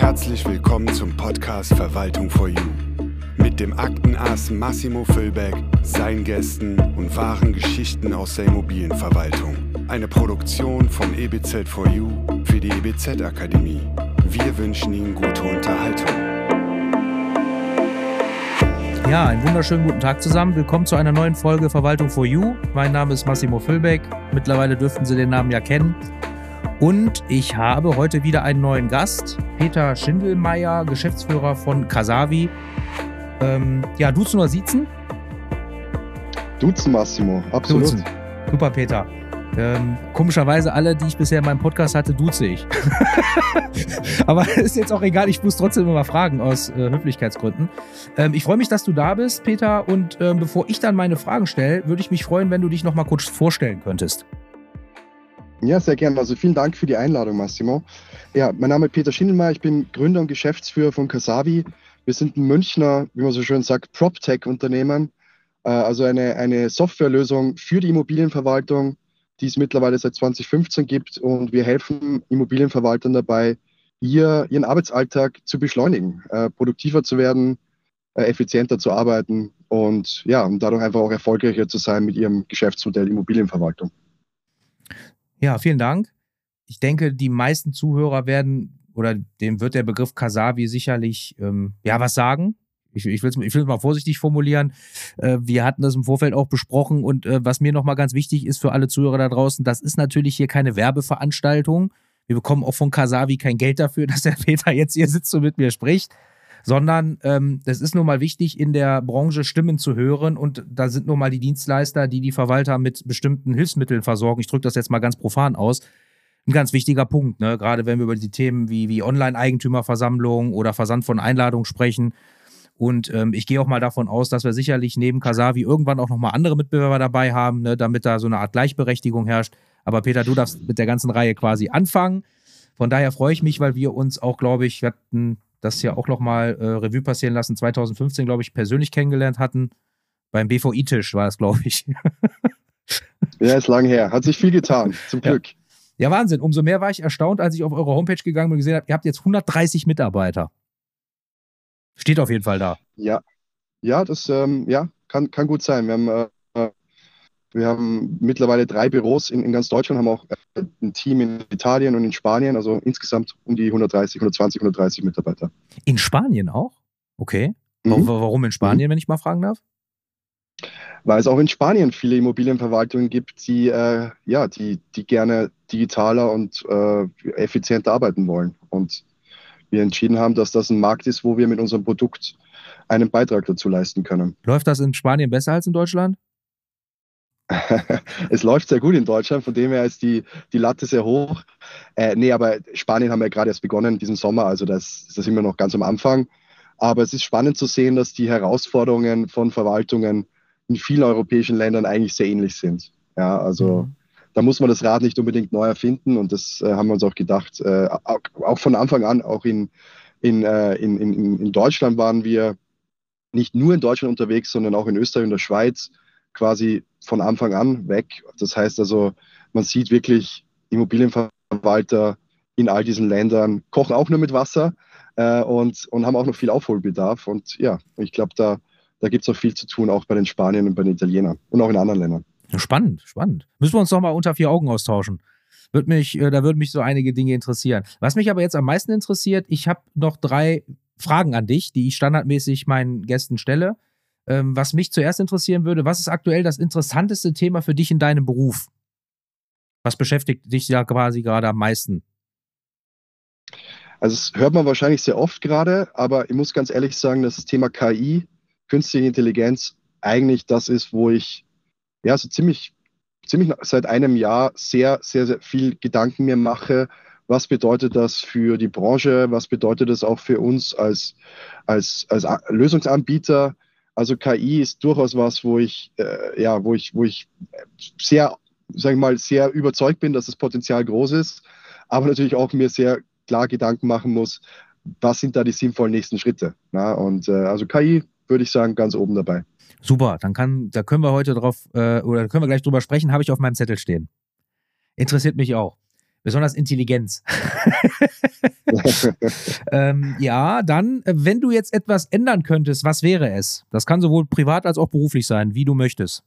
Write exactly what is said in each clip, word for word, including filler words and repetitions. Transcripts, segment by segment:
Herzlich willkommen zum Podcast Verwaltung for You mit dem Aktenass Massimo Füllbeck, seinen Gästen und wahren Geschichten aus der Immobilienverwaltung. Eine Produktion von E B Z for You für die E B Z-Akademie. Wir wünschen Ihnen gute Unterhaltung. Ja, einen wunderschönen guten Tag zusammen. Willkommen zu einer neuen Folge Verwaltung for You. Mein Name ist Massimo Füllbeck. Mittlerweile dürften Sie den Namen ja kennen. Und ich habe heute wieder einen neuen Gast, Peter Schindelmeier, Geschäftsführer von Casavi. Ähm, ja, duzen oder siezen? Duzen, Massimo, absolut. Duzen. Super, Peter. Ähm, komischerweise alle, die ich bisher in meinem Podcast hatte, duze ich. Aber ist jetzt auch egal, ich muss trotzdem immer fragen aus äh, Höflichkeitsgründen. Ähm, ich freue mich, dass du da bist, Peter. Und ähm, bevor ich dann meine Fragen stelle, würde ich mich freuen, wenn du dich noch mal kurz vorstellen könntest. Ja, sehr gerne. Also vielen Dank für die Einladung, Massimo. Ja, mein Name ist Peter Schindelmeier, ich bin Gründer und Geschäftsführer von Casavi. Wir sind ein Münchner, wie man so schön sagt, PropTech-Unternehmen, äh, also eine, eine Softwarelösung für die Immobilienverwaltung, die es mittlerweile seit zwanzig fünfzehn gibt, und wir helfen Immobilienverwaltern dabei, ihr, ihren Arbeitsalltag zu beschleunigen, äh, produktiver zu werden, äh, effizienter zu arbeiten und ja, um dadurch einfach auch erfolgreicher zu sein mit ihrem Geschäftsmodell Immobilienverwaltung. Ja, vielen Dank. Ich denke, die meisten Zuhörer werden, oder dem wird der Begriff Casavi sicherlich, ähm, ja, was sagen. Ich, ich will es ich will's mal vorsichtig formulieren. Äh, wir hatten das im Vorfeld auch besprochen und äh, was mir nochmal ganz wichtig ist für alle Zuhörer da draußen, das ist natürlich hier keine Werbeveranstaltung. Wir bekommen auch von Casavi kein Geld dafür, dass der Peter jetzt hier sitzt und mit mir spricht, sondern ähm, das ist nun mal wichtig, in der Branche Stimmen zu hören, und da sind nun mal die Dienstleister, die die Verwalter mit bestimmten Hilfsmitteln versorgen. Ich drücke das jetzt mal ganz profan aus. Ein ganz wichtiger Punkt, ne? Gerade wenn wir über die Themen wie, wie Online-Eigentümerversammlung oder Versand von Einladungen sprechen. Und ähm, ich gehe auch mal davon aus, dass wir sicherlich neben Casavi irgendwann auch nochmal andere Mitbewerber dabei haben, ne? Damit da so eine Art Gleichberechtigung herrscht. Aber Peter, du darfst mit der ganzen Reihe quasi anfangen. Von daher freue ich mich, weil wir uns auch, glaube ich, wir hatten das ja auch nochmal äh, Revue passieren lassen, zwanzig fünfzehn, glaube ich, persönlich kennengelernt hatten. Beim B V I-Tisch war das, glaube ich. Ja, ist lang her. Hat sich viel getan, zum Glück. Ja. Ja, Wahnsinn. Umso mehr war ich erstaunt, als ich auf eure Homepage gegangen bin und gesehen habe, ihr habt jetzt hundertdreißig Mitarbeiter. Steht auf jeden Fall da. Ja, ja, das ähm, ja, kann, kann gut sein. Wir haben, äh, wir haben mittlerweile drei Büros in, in ganz Deutschland, haben auch äh, ein Team in Italien und in Spanien, also insgesamt um die hundertdreißig, hundertzwanzig, hundertdreißig Mitarbeiter. In Spanien auch? Okay. Mhm. Warum in Spanien, mhm. wenn ich mal fragen darf? Weil es auch in Spanien viele Immobilienverwaltungen gibt, die, äh, ja, die, die gerne digitaler und äh, effizienter arbeiten wollen. Und wir entschieden haben, dass das ein Markt ist, wo wir mit unserem Produkt einen Beitrag dazu leisten können. Läuft das in Spanien besser als in Deutschland? Es läuft sehr gut in Deutschland, von dem her ist die, die Latte sehr hoch. Äh, nee, aber Spanien haben wir gerade erst begonnen diesen Sommer, also das, das sind wir noch ganz am Anfang. Aber es ist spannend zu sehen, dass die Herausforderungen von Verwaltungen in vielen europäischen Ländern eigentlich sehr ähnlich sind. Ja, also mhm. da muss man das Rad nicht unbedingt neu erfinden, und das äh, haben wir uns auch gedacht. Äh, auch, auch von Anfang an, auch in, in, äh, in, in, in Deutschland waren wir nicht nur in Deutschland unterwegs, sondern auch in Österreich und der Schweiz quasi von Anfang an weg. Das heißt also, man sieht wirklich Immobilienverwalter in all diesen Ländern, kochen auch nur mit Wasser äh, und, und haben auch noch viel Aufholbedarf. Und ja, ich glaube, da Da gibt es noch viel zu tun, auch bei den Spaniern und bei den Italienern und auch in anderen Ländern. Spannend, spannend. Müssen wir uns doch mal unter vier Augen austauschen. Würde mich, äh, da würden mich so einige Dinge interessieren. Was mich aber jetzt am meisten interessiert, ich habe noch drei Fragen an dich, die ich standardmäßig meinen Gästen stelle. Ähm, was mich zuerst interessieren würde, was ist aktuell das interessanteste Thema für dich in deinem Beruf? Was beschäftigt dich ja quasi gerade am meisten? Also das hört man wahrscheinlich sehr oft gerade, aber ich muss ganz ehrlich sagen, dass das Thema K I, Künstliche Intelligenz, eigentlich das ist, wo ich ja so ziemlich, ziemlich seit einem Jahr sehr, sehr, sehr viel Gedanken mir mache. Was bedeutet das für die Branche? Was bedeutet das auch für uns als, als, als Lösungsanbieter? Also K I ist durchaus was, wo ich, äh, ja, wo ich, wo ich sehr, sag ich mal, sehr überzeugt bin, dass das Potenzial groß ist, aber natürlich auch mir sehr klar Gedanken machen muss, was sind da die sinnvollen nächsten Schritte? Na, und äh, also K I, würde ich sagen, ganz oben dabei. Super, dann kann, da können wir heute drauf, äh, oder können wir gleich drüber sprechen, habe ich auf meinem Zettel stehen. Interessiert mich auch. besonders Intelligenz. ähm, ja, dann, äh, wenn du jetzt etwas ändern könntest, was wäre es? Das kann sowohl privat als auch beruflich sein, wie du möchtest.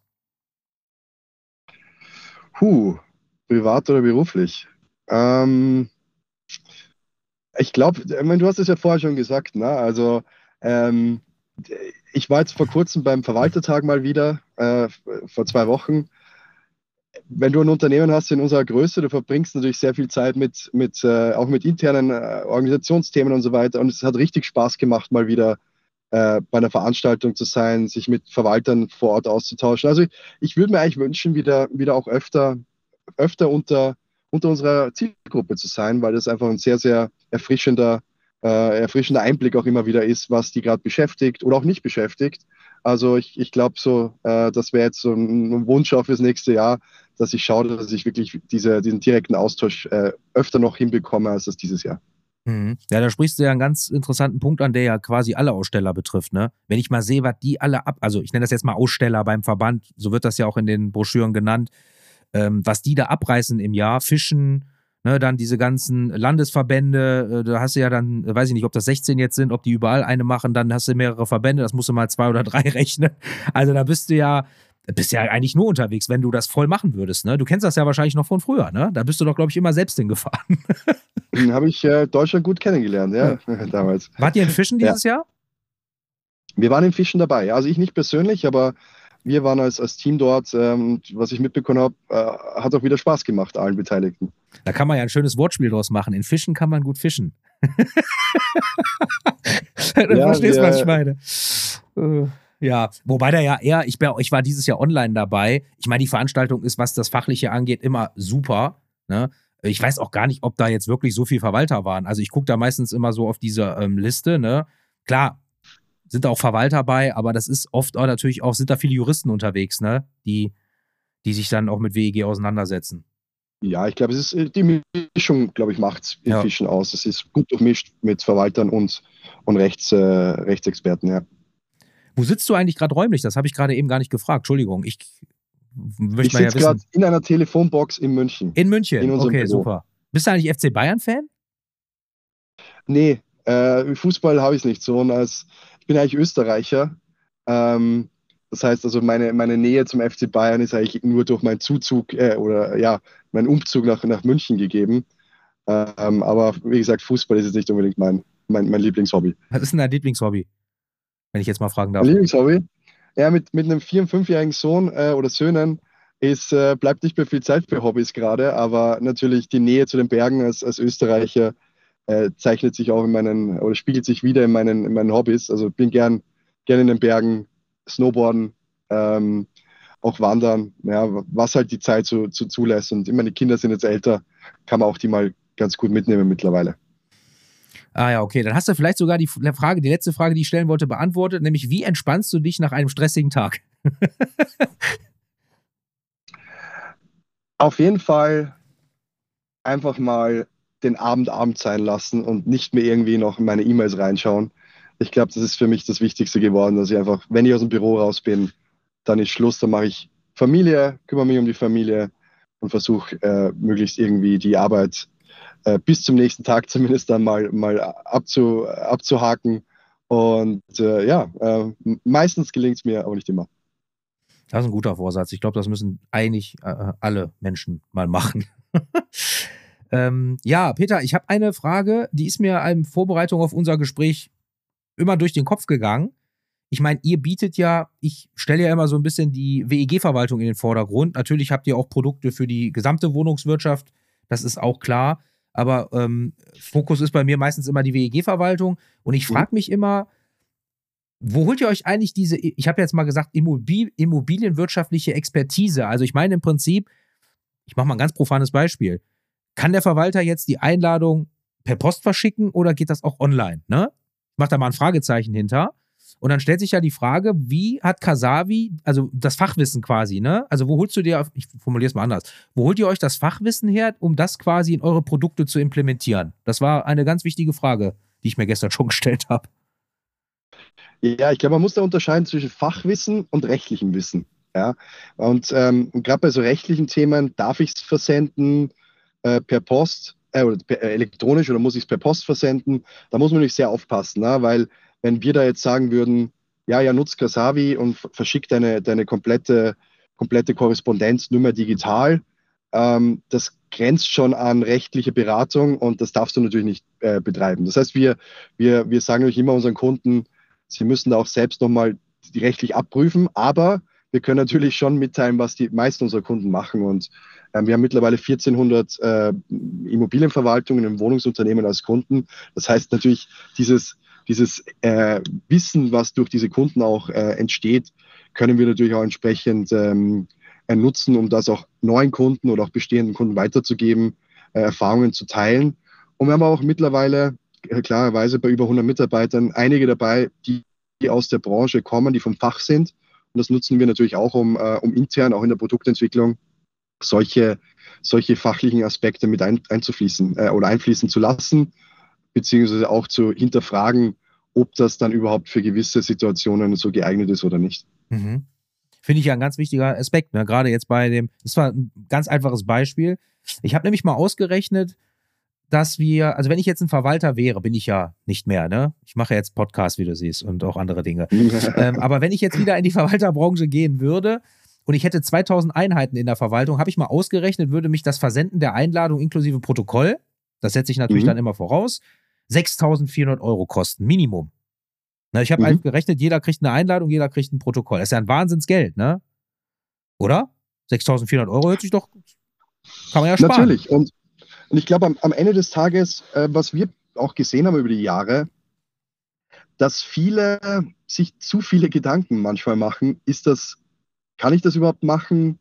Puh, privat oder beruflich? Ähm, ich glaube, du hast es ja vorher schon gesagt, ne? Also ähm, ich war jetzt vor kurzem beim Verwaltertag mal wieder, äh, vor zwei Wochen. Wenn du ein Unternehmen hast in unserer Größe, du verbringst natürlich sehr viel Zeit mit, mit äh, auch mit internen äh, Organisationsthemen und so weiter. Und es hat richtig Spaß gemacht, mal wieder äh, bei einer Veranstaltung zu sein, sich mit Verwaltern vor Ort auszutauschen. Also ich, ich würde mir eigentlich wünschen, wieder, wieder auch öfter, öfter unter, unter unserer Zielgruppe zu sein, weil das einfach ein sehr, sehr erfrischender, äh, erfrischender Einblick auch immer wieder ist, was die gerade beschäftigt oder auch nicht beschäftigt. Also ich, ich glaube so, äh, das wäre jetzt so ein Wunsch auch fürs nächste Jahr, dass ich schaue, dass ich wirklich diese, diesen direkten Austausch äh, öfter noch hinbekomme, als das dieses Jahr. Mhm. Ja, da sprichst du ja einen ganz interessanten Punkt an, der ja quasi alle Aussteller betrifft, ne? Wenn ich mal sehe, was die alle ab, also ich nenne das jetzt mal Aussteller beim Verband, so wird das ja auch in den Broschüren genannt, ähm, was die da abreißen im Jahr, Fischen, ne, dann diese ganzen Landesverbände, äh, da hast du ja dann, weiß ich nicht, ob das sechzehn jetzt sind, ob die überall eine machen, dann hast du mehrere Verbände, das musst du mal zwei oder drei rechnen. Also da bist du ja, bist ja eigentlich nur unterwegs, wenn du das voll machen würdest, ne? Du kennst das ja wahrscheinlich noch von früher, ne? Da bist du doch, glaube ich, immer selbst hingefahren. Habe ich äh, Deutschland gut kennengelernt, ja, ja. damals. Wart ihr in Fischen dieses ja. Jahr? Wir waren in Fischen dabei. Also ich nicht persönlich, aber wir waren als, als Team dort. Ähm, was ich mitbekommen habe, äh, hat auch wieder Spaß gemacht, allen Beteiligten. Da kann man ja ein schönes Wortspiel draus machen. In Fischen kann man gut fischen. Du ja, verstehst, wir, was ich meine. Uh. Ja, wobei da ja eher, ich, ich war dieses Jahr online dabei. Ich meine, die Veranstaltung ist, was das Fachliche angeht, immer super. Ne? Ich weiß auch gar nicht, ob da jetzt wirklich so viele Verwalter waren. Also ich gucke da meistens immer so auf diese ähm, Liste. Ne? Klar, sind da auch Verwalter bei, aber das ist oft auch natürlich auch, sind da viele Juristen unterwegs, ne? die, die sich dann auch mit W E G auseinandersetzen. Ja, ich glaube, es ist die Mischung, glaube ich, macht es in ja. Fischen aus. Es ist gut durchmischt mit Verwaltern und, und Rechts, äh, Rechtsexperten, ja. Wo sitzt du eigentlich gerade räumlich? Das habe ich gerade eben gar nicht gefragt. Entschuldigung, ich möchte ich sitze ja gerade in einer Telefonbox in München. In München, in okay, Büro. Super. Bist du eigentlich F C Bayern-Fan? Nee, äh, Fußball habe ich nicht so. Und als, ich bin eigentlich Österreicher. Ähm, das heißt also, meine, meine Nähe zum F C Bayern ist eigentlich nur durch meinen Zuzug äh, oder ja, meinen Umzug nach, nach München gegeben. Ähm, aber wie gesagt, Fußball ist jetzt nicht unbedingt mein, mein, mein Lieblingshobby. Was ist denn dein Lieblingshobby? Wenn ich jetzt mal fragen darf. Mein Lieblingshobby? Ja, mit, mit einem vier- und fünfjährigen Sohn äh, oder Söhnen ist, äh, bleibt nicht mehr viel Zeit für Hobbys gerade, aber natürlich die Nähe zu den Bergen als, als Österreicher äh, zeichnet sich auch in meinen, oder spiegelt sich wieder in meinen, in meinen Hobbys. Also ich bin gern, gern in den Bergen, Snowboarden, ähm, auch wandern, ja, was halt die Zeit so, so zulässt. Und ich meine, die Kinder sind jetzt älter, kann man auch die mal ganz gut mitnehmen mittlerweile. Ah ja, okay. Dann hast du vielleicht sogar die Frage, die letzte Frage, die ich stellen wollte, beantwortet, nämlich wie entspannst du dich nach einem stressigen Tag? Auf jeden Fall einfach mal den Abend Abend sein lassen und nicht mehr irgendwie noch in meine E-Mails reinschauen. Ich glaube, das ist für mich das Wichtigste geworden, dass ich einfach, wenn ich aus dem Büro raus bin, dann ist Schluss, dann mache ich Familie, kümmere mich um die Familie und versuche äh, möglichst irgendwie die Arbeit äh, bis zum nächsten Tag zumindest dann mal, mal abzu, abzuhaken. Und äh, ja, äh, meistens gelingt es mir, aber nicht immer. Das ist ein guter Vorsatz. Ich glaube, das müssen eigentlich äh, alle Menschen mal machen. ähm, ja, Peter, ich habe eine Frage, die ist mir in Vorbereitung auf unser Gespräch immer durch den Kopf gegangen. Ich meine, ihr bietet ja, ich stelle ja immer so ein bisschen die W E G-Verwaltung in den Vordergrund. Natürlich habt ihr auch Produkte für die gesamte Wohnungswirtschaft, das ist auch klar. Aber ähm, Fokus ist bei mir meistens immer die W E G-Verwaltung. Und ich frage mich immer, wo holt ihr euch eigentlich diese, ich habe jetzt mal gesagt, Immobil- immobilienwirtschaftliche Expertise? Also ich meine im Prinzip, ich mache mal ein ganz profanes Beispiel. Kann der Verwalter jetzt die Einladung per Post verschicken oder geht das auch online? Ne? Ich mache da mal ein Fragezeichen hinter. Und dann stellt sich ja die Frage, wie hat Casavi, also das Fachwissen quasi, ne? Also wo holst du dir, ich formuliere es mal anders, wo holt ihr euch das Fachwissen her, um das quasi in eure Produkte zu implementieren? Das war eine ganz wichtige Frage, die ich mir gestern schon gestellt habe. Ja, ich glaube, man muss da unterscheiden zwischen Fachwissen und rechtlichem Wissen. Ja? Und ähm, gerade bei so rechtlichen Themen, darf ich es versenden, äh, per Post äh, oder per, äh, elektronisch oder muss ich es per Post versenden? Da muss man natürlich sehr aufpassen, ne? Weil wenn wir da jetzt sagen würden, ja, ja, nutzt Casavi und verschickt deine, deine komplette, komplette Korrespondenz nur mehr digital, ähm, das grenzt schon an rechtliche Beratung und das darfst du natürlich nicht äh, betreiben. Das heißt, wir, wir, wir sagen natürlich immer unseren Kunden, sie müssen da auch selbst nochmal die rechtlich abprüfen, aber wir können natürlich schon mitteilen, was die meisten unserer Kunden machen. Und ähm, wir haben mittlerweile vierzehnhundert äh, Immobilienverwaltungen im Wohnungsunternehmen als Kunden. Das heißt natürlich, dieses, dieses äh, Wissen, was durch diese Kunden auch äh, entsteht, können wir natürlich auch entsprechend ähm, nutzen, um das auch neuen Kunden oder auch bestehenden Kunden weiterzugeben, äh, Erfahrungen zu teilen. Und wir haben auch mittlerweile äh, klarerweise bei über hundert Mitarbeitern einige dabei, die, die aus der Branche kommen, die vom Fach sind. Und das nutzen wir natürlich auch, um, äh, um intern, auch in der Produktentwicklung, solche, solche fachlichen Aspekte mit ein, einzufließen äh, oder einfließen zu lassen, beziehungsweise auch zu hinterfragen, ob das dann überhaupt für gewisse Situationen so geeignet ist oder nicht. Mhm. Finde ich ja ein ganz wichtiger Aspekt, ne? Gerade jetzt bei dem, das war ein ganz einfaches Beispiel. Ich habe nämlich mal ausgerechnet, dass wir, also wenn ich jetzt ein Verwalter wäre, bin ich ja nicht mehr, ne? Ich mache ja jetzt Podcasts, wie du siehst, und auch andere Dinge. ähm, aber wenn ich jetzt wieder in die Verwalterbranche gehen würde und ich hätte zweitausend Einheiten in der Verwaltung, habe ich mal ausgerechnet, würde mich das Versenden der Einladung inklusive Protokoll, das setze ich natürlich mhm. dann immer voraus, sechstausendvierhundert Euro kosten, Minimum. Na, ich habe mhm. halt gerechnet, jeder kriegt eine Einladung, jeder kriegt ein Protokoll. Das ist ja ein Wahnsinnsgeld, ne? Oder? sechstausendvierhundert Euro hört sich doch, kann man ja sparen. Natürlich. Und Und ich glaube, am, am Ende des Tages, äh, was wir auch gesehen haben über die Jahre, dass viele sich zu viele Gedanken manchmal machen, ist das, kann ich das überhaupt machen?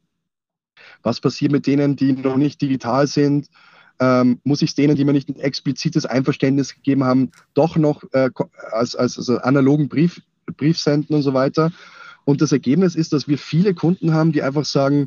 Was passiert mit denen, die noch nicht digital sind? Ähm, muss ich es denen, die mir nicht ein explizites Einverständnis gegeben haben, doch noch äh, als, als, als analogen Brief, Brief senden und so weiter? Und das Ergebnis ist, dass wir viele Kunden haben, die einfach sagen,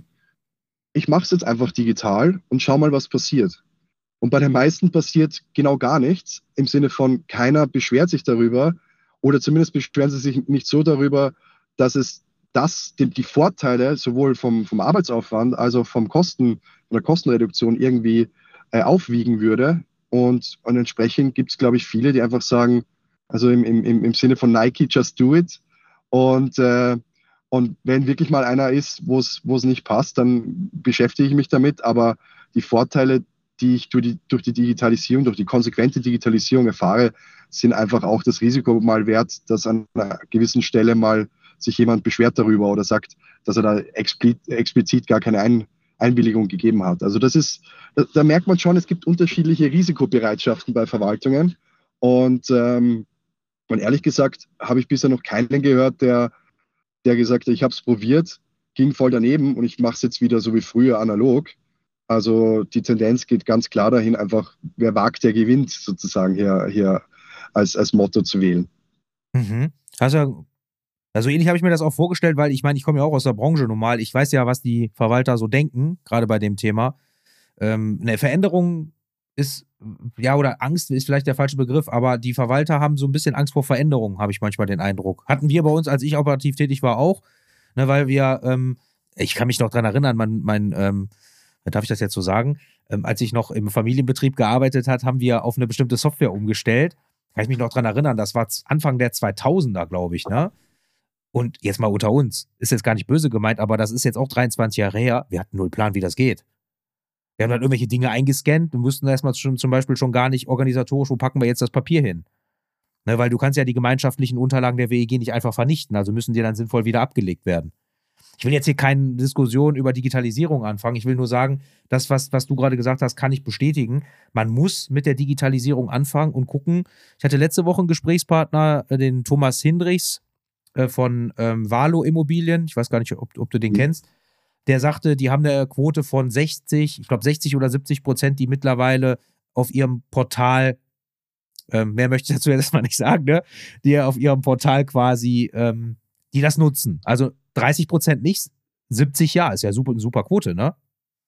ich mache es jetzt einfach digital und schau mal, was passiert. Und bei den meisten passiert genau gar nichts, im Sinne von keiner beschwert sich darüber oder zumindest beschweren sie sich nicht so darüber, dass es das, die, die Vorteile sowohl vom, vom Arbeitsaufwand als auch vom Kosten, von der Kostenreduktion irgendwie äh, aufwiegen würde. Und, und entsprechend gibt es, glaube ich, viele, die einfach sagen, also im, im, im Sinne von Nike, just do it. Und, äh, und wenn wirklich mal einer ist, wo es nicht passt, dann beschäftige ich mich damit. Aber die Vorteile, die ich durch die, durch die Digitalisierung, durch die konsequente Digitalisierung erfahre, sind einfach auch das Risiko mal wert, dass an einer gewissen Stelle mal sich jemand beschwert darüber oder sagt, dass er da explizit, explizit gar keine Ein, Einwilligung gegeben hat. Also das ist, da, da merkt man schon, es gibt unterschiedliche Risikobereitschaften bei Verwaltungen. Und, ähm, und ehrlich gesagt habe ich bisher noch keinen gehört, der, der gesagt hat, ich habe es probiert, ging voll daneben und ich mache es jetzt wieder so wie früher analog. Also die Tendenz geht ganz klar dahin, einfach wer wagt, der gewinnt, sozusagen hier, hier als, als Motto zu wählen. Mhm. Also, also ähnlich habe ich mir das auch vorgestellt, weil ich meine, ich komme ja auch aus der Branche normal. Ich weiß ja, was die Verwalter so denken, gerade bei dem Thema. Ähm, eine Veränderung ist, ja, oder Angst ist vielleicht der falsche Begriff, aber die Verwalter haben so ein bisschen Angst vor Veränderungen, habe ich manchmal den Eindruck. Hatten wir bei uns, als ich operativ tätig war, auch, ne, weil wir, ähm, ich kann mich noch dran erinnern, mein, mein ähm, darf ich das jetzt so sagen, ähm, als ich noch im Familienbetrieb gearbeitet habe, haben wir auf eine bestimmte Software umgestellt. Kann ich mich noch dran erinnern, das war Anfang der zweitausender, glaube ich, ne? Und jetzt mal unter uns, ist jetzt gar nicht böse gemeint, aber das ist jetzt auch dreiundzwanzig Jahre her, wir hatten null Plan, wie das geht. Wir haben dann irgendwelche Dinge eingescannt und wussten erstmal schon, zum Beispiel schon gar nicht organisatorisch, wo packen wir jetzt das Papier hin. Ne, weil du kannst ja die gemeinschaftlichen Unterlagen der W E G nicht einfach vernichten, also müssen die dann sinnvoll wieder abgelegt werden. Ich will jetzt hier keine Diskussion über Digitalisierung anfangen. Ich will nur sagen, das, was, was du gerade gesagt hast, kann ich bestätigen. Man muss mit der Digitalisierung anfangen und gucken. Ich hatte letzte Woche einen Gesprächspartner, den Thomas Hindrichs äh, von ähm, Valo Immobilien. Ich weiß gar nicht, ob, ob du den mhm. kennst. Der sagte, die haben eine Quote von sechzig, ich glaube sechzig oder siebzig Prozent, die mittlerweile auf ihrem Portal, ähm, mehr möchte ich dazu jetzt mal nicht sagen, ne? Die auf ihrem Portal quasi, ähm, die das nutzen. Also dreißig Prozent nicht, siebzig ja, ist ja super, eine super Quote, ne?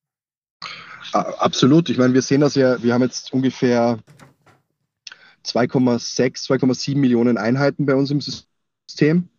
Absolut. Ich meine, wir sehen das ja, wir haben jetzt ungefähr zwei Komma sechs, zwei Komma sieben Millionen Einheiten bei uns im System.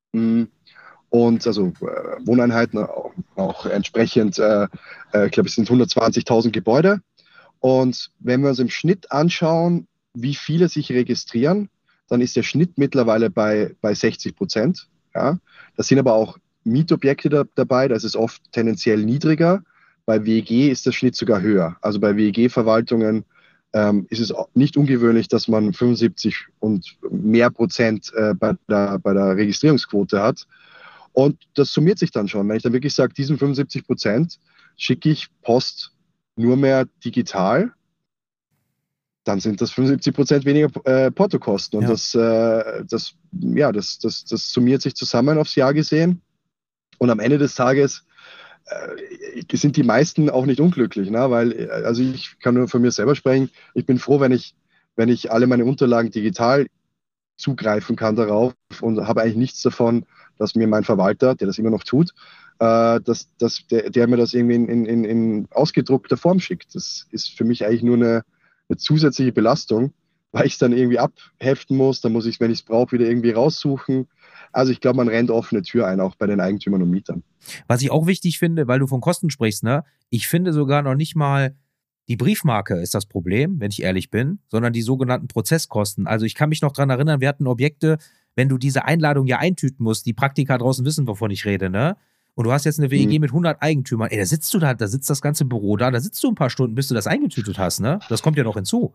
Und also äh, Wohneinheiten auch, auch entsprechend, äh, äh, ich glaube, es sind hundertzwanzigtausend Gebäude. Und wenn wir uns im Schnitt anschauen, wie viele sich registrieren, dann ist der Schnitt mittlerweile bei, bei sechzig Prozent. Ja. Da sind aber auch Mietobjekte da, dabei, das ist oft tendenziell niedriger. Bei W E G ist der Schnitt sogar höher. Also bei W E G-Verwaltungen ähm, ist es nicht ungewöhnlich, dass man fünfundsiebzig und mehr Prozent äh, bei, der, bei der Registrierungsquote hat. Und das summiert sich dann schon. Wenn ich dann wirklich sage, diesen fünfundsiebzig Prozent schicke ich Post nur mehr digital, dann sind das fünfundsiebzig Prozent weniger äh, Portokosten. Und ja. Das, äh, das, ja, das, das, das summiert sich zusammen aufs Jahr gesehen. Und am Ende des Tages äh, sind die meisten auch nicht unglücklich. Ne? Weil, also ich kann nur von mir selber sprechen, ich bin froh, wenn ich, wenn ich alle meine Unterlagen digital zugreifen kann darauf und habe eigentlich nichts davon, dass mir mein Verwalter, der das immer noch tut, äh, dass, dass der, der mir das irgendwie in, in, in ausgedruckter Form schickt. Das ist für mich eigentlich nur eine eine zusätzliche Belastung, weil ich es dann irgendwie abheften muss, dann muss ich es, wenn ich es brauche, wieder irgendwie raussuchen. Also ich glaube, man rennt offene Tür ein, auch bei den Eigentümern und Mietern. Was ich auch wichtig finde, weil du von Kosten sprichst, ne? Ich finde sogar noch nicht mal die Briefmarke ist das Problem, wenn ich ehrlich bin, sondern die sogenannten Prozesskosten. Also ich kann mich noch dran erinnern, wir hatten Objekte, wenn du diese Einladung ja eintüten musst, die Praktiker draußen wissen, wovon ich rede, ne? Und du hast jetzt eine W E G mhm. mit hundert Eigentümern. Ey, da sitzt du da, da sitzt das ganze Büro da, da sitzt du ein paar Stunden, bis du das eingetütet hast, ne? Das kommt ja noch hinzu.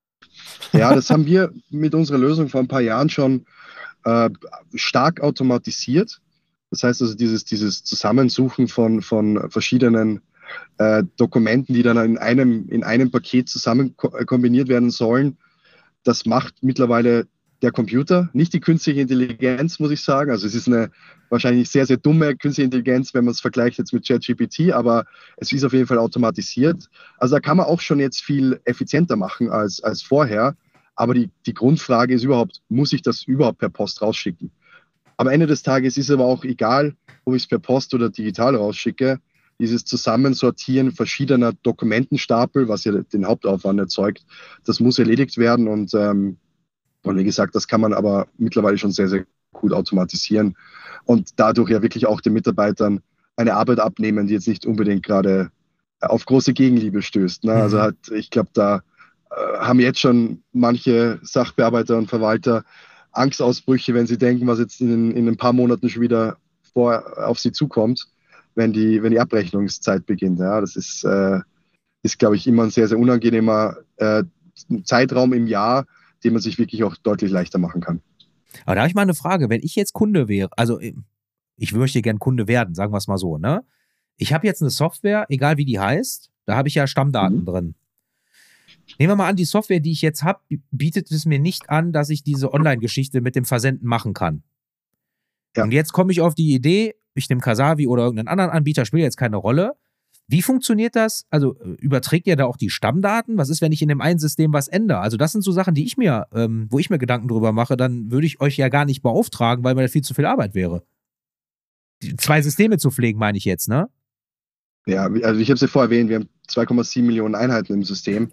Ja, das haben wir mit unserer Lösung vor ein paar Jahren schon äh, stark automatisiert. Das heißt also, dieses, dieses Zusammensuchen von, von verschiedenen äh, Dokumenten, die dann in einem, in einem Paket zusammen ko kombiniert werden sollen, das macht mittlerweile der Computer, nicht die künstliche Intelligenz, muss ich sagen. Also es ist eine wahrscheinlich sehr, sehr dumme künstliche Intelligenz, wenn man es vergleicht jetzt mit ChatGPT, aber es ist auf jeden Fall automatisiert. Also da kann man auch schon jetzt viel effizienter machen als, als vorher. Aber die, die Grundfrage ist überhaupt, muss ich das überhaupt per Post rausschicken? Am Ende des Tages ist aber auch egal, ob ich es per Post oder digital rausschicke, dieses Zusammensortieren verschiedener Dokumentenstapel, was ja den Hauptaufwand erzeugt, das muss erledigt werden und ähm, Und wie gesagt, das kann man aber mittlerweile schon sehr, sehr gut automatisieren und dadurch ja wirklich auch den Mitarbeitern eine Arbeit abnehmen, die jetzt nicht unbedingt gerade auf große Gegenliebe stößt. Ne? Mhm. Also hat, ich glaube, da äh, haben jetzt schon manche Sachbearbeiter und Verwalter Angstausbrüche, wenn sie denken, was jetzt in, in ein paar Monaten schon wieder vor, auf sie zukommt, wenn die, wenn die Abrechnungszeit beginnt. Ja? Das ist, äh, ist glaube ich, immer ein sehr, sehr unangenehmer äh, Zeitraum im Jahr, den man sich wirklich auch deutlich leichter machen kann. Aber da habe ich mal eine Frage, wenn ich jetzt Kunde wäre, also ich möchte gern Kunde werden, sagen wir es mal so, ne? Ich habe jetzt eine Software, egal wie die heißt, da habe ich ja Stammdaten mhm. drin. Nehmen wir mal an, die Software, die ich jetzt habe, bietet es mir nicht an, dass ich diese Online-Geschichte mit dem Versenden machen kann. Ja. Und jetzt komme ich auf die Idee, ich nehme Kasavi oder irgendeinen anderen Anbieter, spielt jetzt keine Rolle. Wie funktioniert das? Also überträgt ihr da auch die Stammdaten? Was ist, wenn ich in dem einen System was ändere? Also das sind so Sachen, die ich mir, ähm, wo ich mir Gedanken drüber mache, dann würde ich euch ja gar nicht beauftragen, weil mir das viel zu viel Arbeit wäre. Die zwei Systeme zu pflegen, meine ich jetzt, ne? Ja, also ich habe es ja vorher erwähnt, wir haben zwei Komma sieben Millionen Einheiten im System.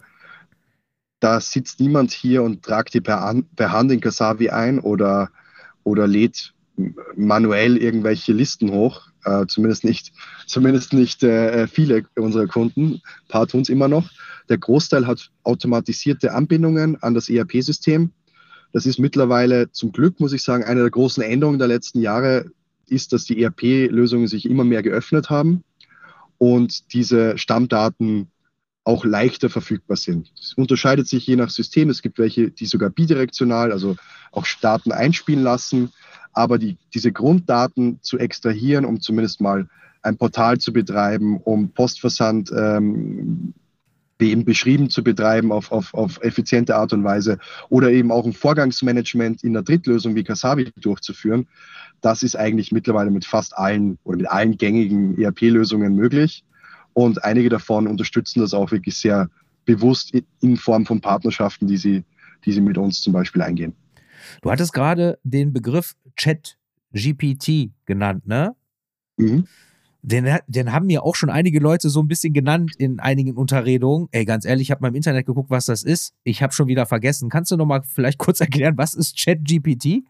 Da sitzt niemand hier und tragt die per, an, per Hand in Kasavi ein oder, oder lädt manuell irgendwelche Listen hoch. Uh, zumindest nicht, zumindest nicht äh, viele unserer Kunden. Ein paar tun es immer noch. Der Großteil hat automatisierte Anbindungen an das E R P-System. Das ist mittlerweile zum Glück, muss ich sagen, eine der großen Änderungen der letzten Jahre ist, dass die E R P-Lösungen sich immer mehr geöffnet haben und diese Stammdaten auch leichter verfügbar sind. Es unterscheidet sich je nach System. Es gibt welche, die sogar bidirektional, also auch Daten einspielen lassen. Aber die, diese Grunddaten zu extrahieren, um zumindest mal ein Portal zu betreiben, um Postversand ähm, eben beschrieben zu betreiben auf, auf, auf effiziente Art und Weise oder eben auch ein Vorgangsmanagement in einer Drittlösung wie Kasavi durchzuführen, das ist eigentlich mittlerweile mit fast allen oder mit allen gängigen E R P-Lösungen möglich. Und einige davon unterstützen das auch wirklich sehr bewusst in Form von Partnerschaften, die sie, die sie mit uns zum Beispiel eingehen. Du hattest gerade den Begriff ChatGPT genannt, ne? Mhm. Den, den haben mir auch schon einige Leute so ein bisschen genannt in einigen Unterredungen. Ey, ganz ehrlich, ich habe mal im Internet geguckt, was das ist. Ich habe schon wieder vergessen. Kannst du noch mal vielleicht kurz erklären, was ist ChatGPT?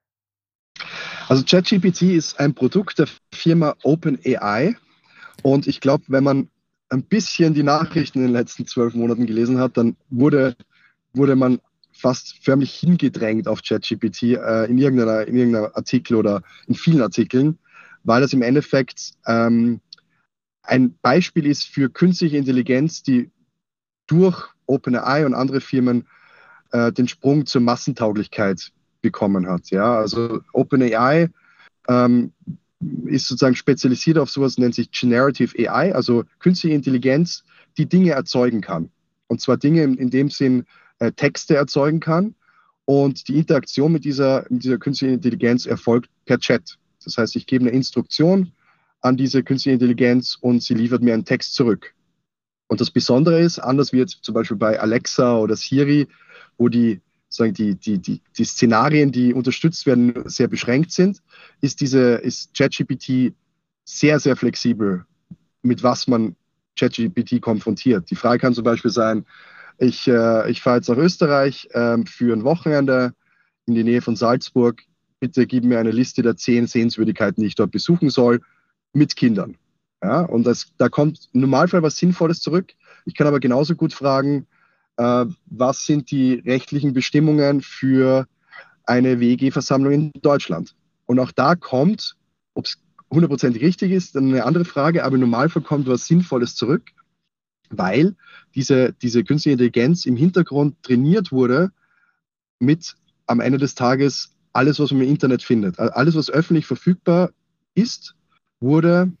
Also ChatGPT ist ein Produkt der Firma OpenAI. Und ich glaube, wenn man ein bisschen die Nachrichten in den letzten zwölf Monaten gelesen hat, dann wurde, wurde man fast förmlich hingedrängt auf ChatGPT äh, in, irgendeiner, in irgendeinem Artikel oder in vielen Artikeln, weil das im Endeffekt ähm, ein Beispiel ist für künstliche Intelligenz, die durch OpenAI und andere Firmen äh, den Sprung zur Massentauglichkeit bekommen hat. Ja? Also OpenAI ähm, ist sozusagen spezialisiert auf sowas, nennt sich Generative A I, also künstliche Intelligenz, die Dinge erzeugen kann. Und zwar Dinge in, in dem Sinn äh, Texte erzeugen kann. Und die Interaktion mit dieser, mit dieser künstlichen Intelligenz erfolgt per Chat. Das heißt, ich gebe eine Instruktion an diese künstliche Intelligenz und sie liefert mir einen Text zurück. Und das Besondere ist, anders wie jetzt zum Beispiel bei Alexa oder Siri, wo die, sagen die, die, die, die Szenarien, die unterstützt werden, sehr beschränkt sind, ist, diese, ist ChatGPT sehr, sehr flexibel, mit was man ChatGPT konfrontiert. Die Frage kann zum Beispiel sein, ich, äh, ich fahre jetzt nach Österreich äh, für ein Wochenende in die Nähe von Salzburg. Bitte gib mir eine Liste der zehn Sehenswürdigkeiten, die ich dort besuchen soll, mit Kindern. Ja, und das, da kommt im Normalfall was Sinnvolles zurück. Ich kann aber genauso gut fragen, äh, was sind die rechtlichen Bestimmungen für eine W E G-Versammlung in Deutschland? Und auch da kommt, ob es hundertprozentig richtig ist, dann eine andere Frage, aber im Normalfall kommt was Sinnvolles zurück, weil diese, diese künstliche Intelligenz im Hintergrund trainiert wurde mit am Ende des Tages alles, was man im Internet findet. Alles, was öffentlich verfügbar ist, wurde,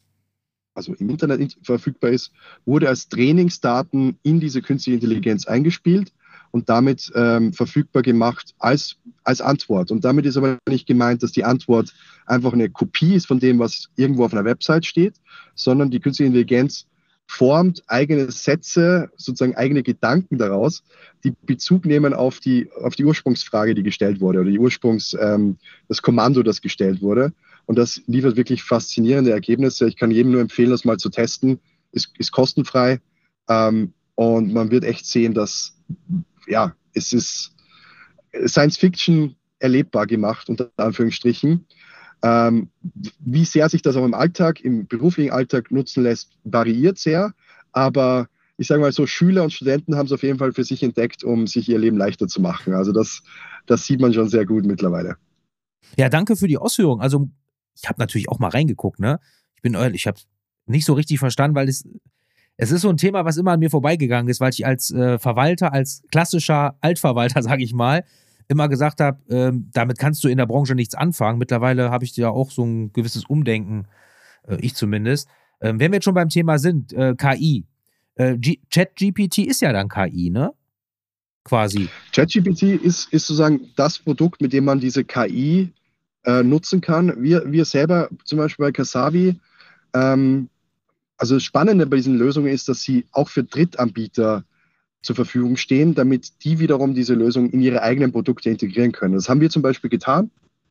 also im Internet verfügbar ist, wurde als Trainingsdaten in diese künstliche Intelligenz eingespielt und damit ähm, verfügbar gemacht als, als Antwort. Und damit ist aber nicht gemeint, dass die Antwort einfach eine Kopie ist von dem, was irgendwo auf einer Website steht, sondern die künstliche Intelligenz formt eigene Sätze, sozusagen eigene Gedanken daraus, die Bezug nehmen auf die, auf die Ursprungsfrage, die gestellt wurde, oder die Ursprungs, ähm, das Kommando, das gestellt wurde. Und das liefert wirklich faszinierende Ergebnisse. Ich kann jedem nur empfehlen, das mal zu testen. Ist, ist kostenfrei. Ähm, und man wird echt sehen, dass, ja, es ist Science Fiction erlebbar gemacht, unter Anführungsstrichen. Ähm, wie sehr sich das auch im Alltag, im beruflichen Alltag nutzen lässt, variiert sehr. Aber ich sage mal so, Schüler und Studenten haben es auf jeden Fall für sich entdeckt, um sich ihr Leben leichter zu machen. Also das, das sieht man schon sehr gut mittlerweile. Ja, danke für die Ausführung. Also ich habe natürlich auch mal reingeguckt, ne? Ich bin ehrlich, ich habe nicht so richtig verstanden, weil es, es ist so ein Thema, was immer an mir vorbeigegangen ist, weil ich als äh, Verwalter, als klassischer Altverwalter, sage ich mal, immer gesagt habe, ähm, damit kannst du in der Branche nichts anfangen. Mittlerweile habe ich ja auch so ein gewisses Umdenken, äh, ich zumindest. Ähm, wenn wir jetzt schon beim Thema sind, äh, K I. Äh, ChatGPT ist ja dann K I, ne? Quasi. ChatGPT ist, ist sozusagen das Produkt, mit dem man diese K I äh, nutzen kann. Wir, wir selber, zum Beispiel bei Casavi, ähm, also das Spannende bei diesen Lösungen ist, dass sie auch für Drittanbieter zur Verfügung stehen, damit die wiederum diese Lösung in ihre eigenen Produkte integrieren können. Das haben wir zum Beispiel getan.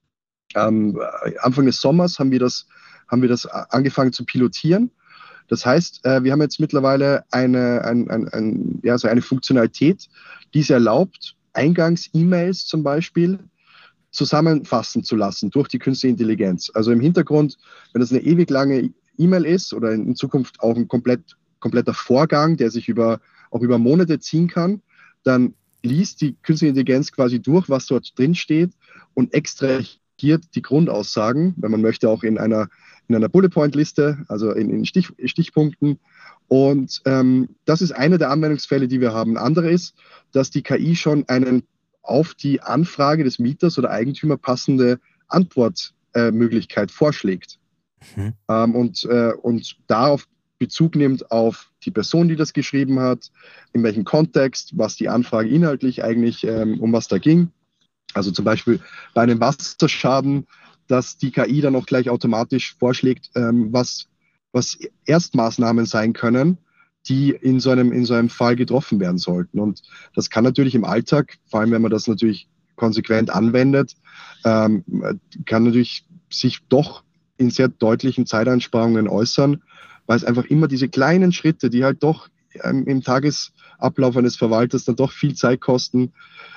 Ähm, Anfang des Sommers haben wir das, haben wir das angefangen zu pilotieren. Das heißt, äh, wir haben jetzt mittlerweile eine, ein, ein, ein, ja, so eine Funktionalität, die es erlaubt, Eingangs-E-Mails zum Beispiel zusammenfassen zu lassen durch die künstliche Intelligenz. Also im Hintergrund, wenn das eine ewig lange E-Mail ist oder in Zukunft auch ein komplett, kompletter Vorgang, der sich über, auch über Monate ziehen kann, dann liest die künstliche Intelligenz quasi durch, was dort drin steht und extrahiert die Grundaussagen, wenn man möchte, auch in einer, in einer Bullet-Point-Liste, also in, in Stich, Stichpunkten. Und ähm, das ist einer der Anwendungsfälle, die wir haben. Ein anderer ist, dass die K I schon einen auf die Anfrage des Mieters oder Eigentümer passende Antwortmöglichkeit äh, vorschlägt. Mhm. Ähm, und, äh, und darauf Bezug nimmt auf die Person, die das geschrieben hat, in welchem Kontext, was die Anfrage inhaltlich eigentlich, ähm, um was da ging. Also zum Beispiel bei einem Wasserschaden, dass die K I dann auch gleich automatisch vorschlägt, ähm, was, was Erstmaßnahmen sein können, die in so, einem, in so einem Fall getroffen werden sollten. Und das kann natürlich im Alltag, vor allem wenn man das natürlich konsequent anwendet, ähm, kann natürlich sich doch in sehr deutlichen Zeiteinsparungen äußern, weil es einfach immer diese kleinen Schritte, die halt doch ähm, im Tagesablauf eines Verwalters dann doch viel Zeit kosten,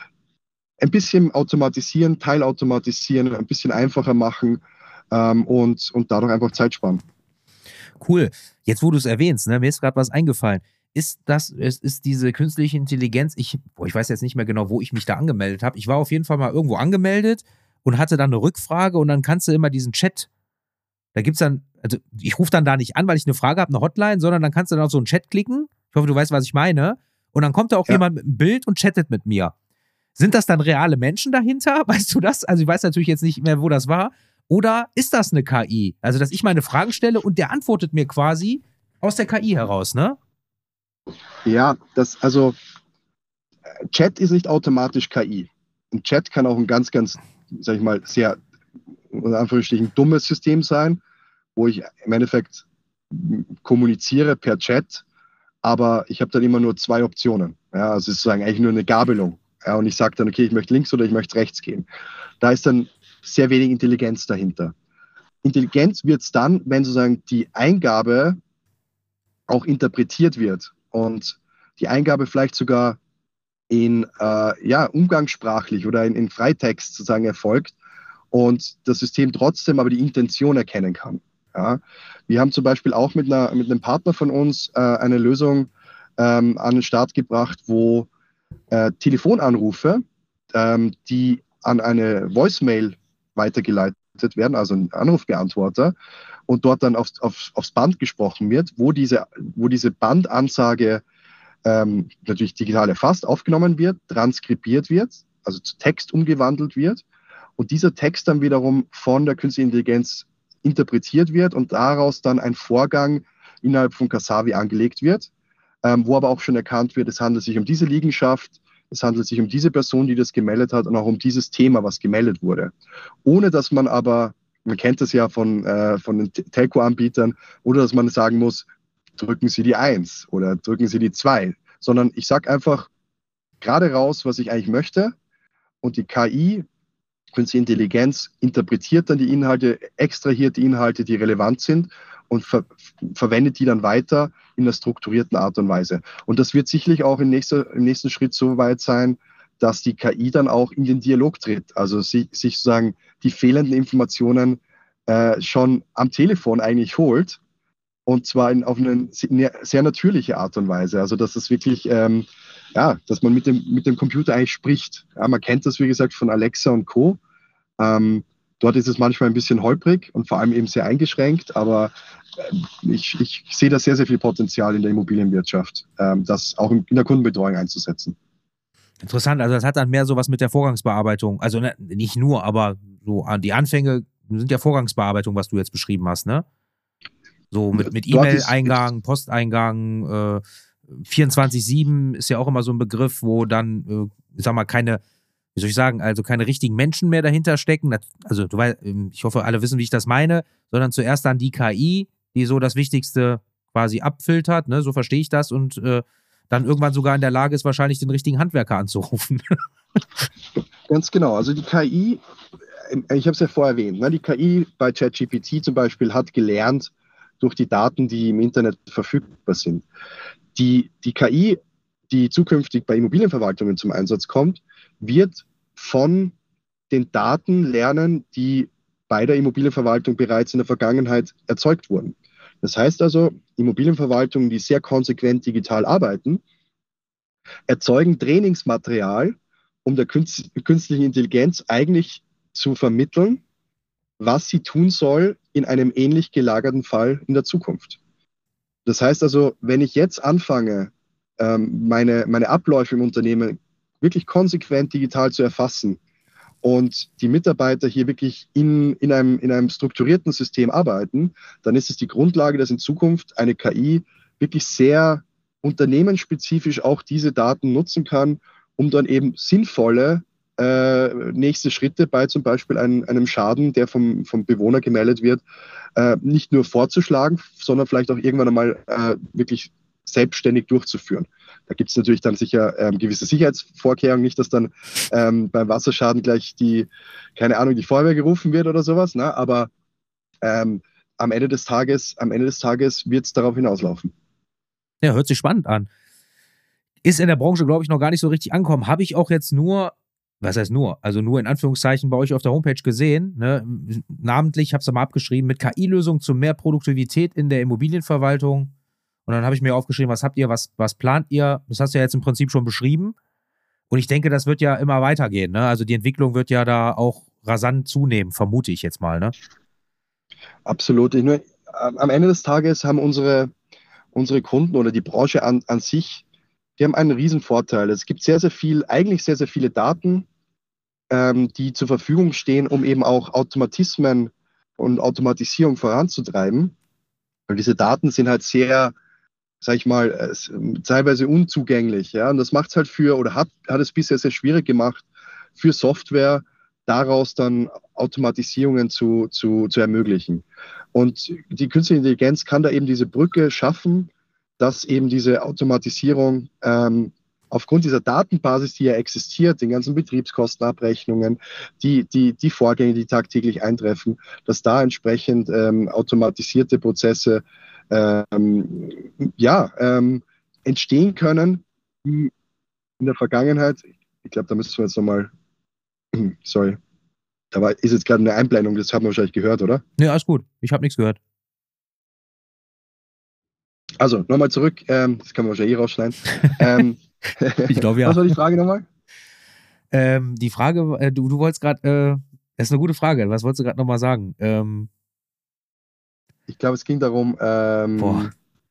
ein bisschen automatisieren, teilautomatisieren, ein bisschen einfacher machen ähm, und, und dadurch einfach Zeit sparen. Cool. Jetzt, wo du es erwähnst, ne, mir ist gerade was eingefallen. Ist das, ist, ist diese künstliche Intelligenz, ich, boah, ich weiß jetzt nicht mehr genau, wo ich mich da angemeldet habe. Ich war auf jeden Fall mal irgendwo angemeldet und hatte dann eine Rückfrage und dann kannst du immer diesen Chat, da gibt's dann, also ich rufe dann da nicht an, weil ich eine Frage habe, eine Hotline, sondern dann kannst du dann auf so einen Chat klicken. Ich hoffe, du weißt, was ich meine. Und dann kommt da auch Ja. jemand mit einem Bild und chattet mit mir. Sind das dann reale Menschen dahinter? Weißt du das? Also ich weiß natürlich jetzt nicht mehr, wo das war. Oder ist das eine K I? Also, dass ich meine Fragen stelle und der antwortet mir quasi aus der K I heraus, ne? Ja, das, also Chat ist nicht automatisch K I. Ein Chat kann auch ein ganz, ganz, sag ich mal, sehr, in Anführungsstrichen, dummes System sein, wo ich im Endeffekt kommuniziere per Chat, aber ich habe dann immer nur zwei Optionen. Ja, also es ist sozusagen eigentlich nur eine Gabelung. Ja, und ich sage dann, okay, ich möchte links oder ich möchte rechts gehen. Da ist dann sehr wenig Intelligenz dahinter. Intelligenz wird es dann, wenn sozusagen die Eingabe auch interpretiert wird und die Eingabe vielleicht sogar in äh, ja, umgangssprachlich oder in, in Freitext sozusagen erfolgt und das System trotzdem aber die Intention erkennen kann. Ja. Wir haben zum Beispiel auch mit, einer, mit einem Partner von uns äh, eine Lösung ähm, an den Start gebracht, wo äh, Telefonanrufe, ähm, die an eine Voicemail weitergeleitet werden, also ein Anrufbeantworter, und dort dann aufs, aufs, aufs Band gesprochen wird, wo diese, wo diese Bandansage ähm, natürlich digital erfasst, aufgenommen wird, transkribiert wird, also zu Text umgewandelt wird und dieser Text dann wiederum von der künstlichen Intelligenz interpretiert wird und daraus dann ein Vorgang innerhalb von Casavi angelegt wird, ähm, wo aber auch schon erkannt wird, es handelt sich um diese Liegenschaft, es handelt sich um diese Person, die das gemeldet hat und auch um dieses Thema, was gemeldet wurde. Ohne dass man aber, man kennt das ja von, äh, von den Telco-Anbietern, oder dass man sagen muss, drücken Sie die eins oder drücken Sie die zwei, sondern ich sage einfach gerade raus, was ich eigentlich möchte und die K I, künstliche Intelligenz, interpretiert dann die Inhalte, extrahiert die Inhalte, die relevant sind und ver verwendet die dann weiter in einer strukturierten Art und Weise. Und das wird sicherlich auch im, nächster, im nächsten Schritt so weit sein, dass die K I dann auch in den Dialog tritt, also sich, sich sozusagen die fehlenden Informationen äh, schon am Telefon eigentlich holt und zwar in, auf eine sehr natürliche Art und Weise. Also dass es wirklich, ähm, ja, dass man mit dem, mit dem Computer eigentlich spricht. Ja, man kennt das, wie gesagt, von Alexa und Co. Ähm, dort ist es manchmal ein bisschen holprig und vor allem eben sehr eingeschränkt, aber äh, ich, ich sehe da sehr, sehr viel Potenzial in der Immobilienwirtschaft, ähm, das auch in, in der Kundenbetreuung einzusetzen. Interessant, also das hat dann mehr sowas mit der Vorgangsbearbeitung, also ne, nicht nur, aber so die Anfänge sind ja Vorgangsbearbeitung, was du jetzt beschrieben hast, ne? So mit, mit E-Mail-Eingang, Posteingang, äh, vierundzwanzig sieben ist ja auch immer so ein Begriff, wo dann, äh, ich sag mal, keine, wie soll ich sagen, also keine richtigen Menschen mehr dahinter stecken. Also du weißt, ich hoffe, alle wissen, wie ich das meine, sondern zuerst dann die K I, die so das Wichtigste quasi abfiltert, ne? So verstehe ich das und äh, dann irgendwann sogar in der Lage ist, wahrscheinlich den richtigen Handwerker anzurufen. Ganz genau. Also die K I, ich habe es ja vorher erwähnt, ne? Die K I bei ChatGPT zum Beispiel hat gelernt durch die Daten, die im Internet verfügbar sind. Die, die K I, die zukünftig bei Immobilienverwaltungen zum Einsatz kommt, wird von den Daten lernen, die bei der Immobilienverwaltung bereits in der Vergangenheit erzeugt wurden. Das heißt also, Immobilienverwaltungen, die sehr konsequent digital arbeiten, erzeugen Trainingsmaterial, um der künstlichen Intelligenz eigentlich zu vermitteln, was sie tun soll in einem ähnlich gelagerten Fall in der Zukunft. Das heißt also, wenn ich jetzt anfange, meine, meine Abläufe im Unternehmen wirklich konsequent digital zu erfassen und die Mitarbeiter hier wirklich in, in, einem, in einem strukturierten System arbeiten, dann ist es die Grundlage, dass in Zukunft eine K I wirklich sehr unternehmensspezifisch auch diese Daten nutzen kann, um dann eben sinnvolle äh, nächste Schritte bei zum Beispiel einem, einem Schaden, der vom, vom Bewohner gemeldet wird, äh, nicht nur vorzuschlagen, sondern vielleicht auch irgendwann einmal äh, wirklich selbstständig durchzuführen. Da gibt es natürlich dann sicher ähm, gewisse Sicherheitsvorkehrungen, nicht, dass dann ähm, beim Wasserschaden gleich die, keine Ahnung, die Feuerwehr gerufen wird oder sowas, ne? Aber ähm, am Ende des Tages, am Ende des Tages wird es darauf hinauslaufen. Ja, hört sich spannend an. Ist in der Branche, glaube ich, noch gar nicht so richtig angekommen. Habe ich auch jetzt nur, was heißt nur? Also nur in Anführungszeichen bei euch auf der Homepage gesehen, ne? Namentlich, ich habe es mal abgeschrieben, mit K I-Lösungen zu mehr Produktivität in der Immobilienverwaltung. Und dann habe ich mir aufgeschrieben, was habt ihr, was, was plant ihr? Das hast du ja jetzt im Prinzip schon beschrieben. Und ich denke, das wird ja immer weitergehen, ne? Also die Entwicklung wird ja da auch rasant zunehmen, vermute ich jetzt mal, ne? Absolut. Ich nur, am Ende des Tages haben unsere, unsere Kunden oder die Branche an, an sich, die haben einen riesen Vorteil. Es gibt sehr, sehr viel, eigentlich sehr, sehr viele Daten, ähm, die zur Verfügung stehen, um eben auch Automatismen und Automatisierung voranzutreiben. Und diese Daten sind halt sehr, sag ich mal, äh, teilweise unzugänglich. Ja? Und das macht es halt für, oder hat, hat es bisher sehr schwierig gemacht, für Software daraus dann Automatisierungen zu, zu, zu ermöglichen. Und die künstliche Intelligenz kann da eben diese Brücke schaffen, dass eben diese Automatisierung ähm, aufgrund dieser Datenbasis, die ja existiert, den ganzen Betriebskostenabrechnungen, die, die, die Vorgänge, die tagtäglich eintreffen, dass da entsprechend ähm, automatisierte Prozesse ähm, ja, ähm, entstehen können, die in der Vergangenheit, ich glaube, da müssen wir jetzt nochmal, sorry, da war, ist jetzt gerade eine Einblendung, das haben wir wahrscheinlich gehört, oder? Ja, alles gut. Ich habe nichts gehört. Also, nochmal zurück, ähm, das kann man wahrscheinlich eh rausschneiden. ähm, Ich glaube, ja. Was war die Frage nochmal? Ähm, die Frage, äh, du, du wolltest gerade, äh, das ist eine gute Frage, was wolltest du gerade nochmal sagen? Ähm, ich glaube, es ging darum, ähm, boah.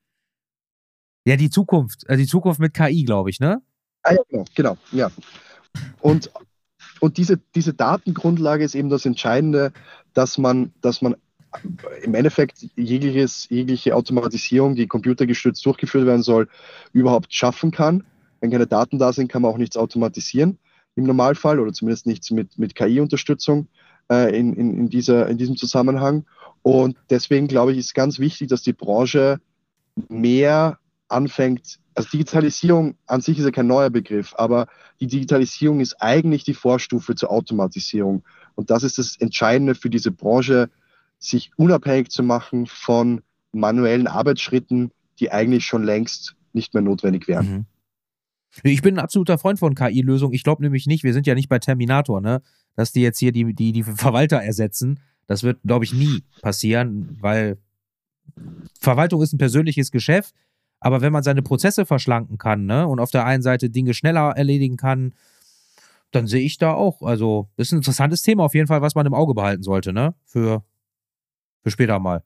Ja, die Zukunft, äh, die Zukunft mit K I, glaube ich, ne? Ah ja, genau, genau, ja. Und, und diese, diese Datengrundlage ist eben das Entscheidende, dass man, dass man im Endeffekt jegliches, jegliche Automatisierung, die computergestützt durchgeführt werden soll, überhaupt schaffen kann. Wenn keine Daten da sind, kann man auch nichts automatisieren im Normalfall oder zumindest nichts mit, mit K I-Unterstützung äh, in, in, in, dieser, in diesem Zusammenhang. Und deswegen glaube ich, ist ganz wichtig, dass die Branche mehr anfängt. Also Digitalisierung an sich ist ja kein neuer Begriff, aber die Digitalisierung ist eigentlich die Vorstufe zur Automatisierung. Und das ist das Entscheidende für diese Branche, sich unabhängig zu machen von manuellen Arbeitsschritten, die eigentlich schon längst nicht mehr notwendig wären. Mhm. Ich bin ein absoluter Freund von K I-Lösungen. Ich glaube nämlich nicht, wir sind ja nicht bei Terminator, ne? Dass die jetzt hier die, die, die Verwalter ersetzen. Das wird, glaube ich, nie passieren, weil Verwaltung ist ein persönliches Geschäft, aber wenn man seine Prozesse verschlanken kann, ne, und auf der einen Seite Dinge schneller erledigen kann, dann sehe ich da auch, also das ist ein interessantes Thema auf jeden Fall, was man im Auge behalten sollte, ne, für, für später mal.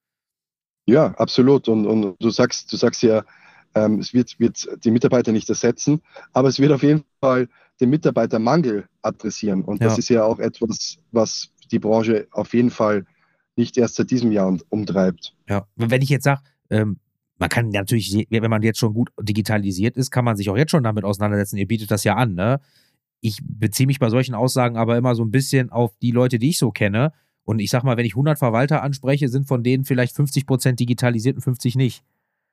Ja, absolut. Und, und du sagst, du sagst ja, ähm, es wird, wird die Mitarbeiter nicht ersetzen, aber es wird auf jeden Fall den Mitarbeitermangel adressieren. Und Ja. das ist ja auch etwas, was die Branche auf jeden Fall nicht erst seit diesem Jahr umtreibt. Ja, wenn ich jetzt sage, ähm, man kann natürlich, wenn man jetzt schon gut digitalisiert ist, kann man sich auch jetzt schon damit auseinandersetzen. Ihr bietet das ja an, ne? Ich beziehe mich bei solchen Aussagen aber immer so ein bisschen auf die Leute, die ich so kenne. Und ich sag mal, wenn ich hundert Verwalter anspreche, sind von denen vielleicht fünfzig Prozent digitalisiert und fünfzig nicht.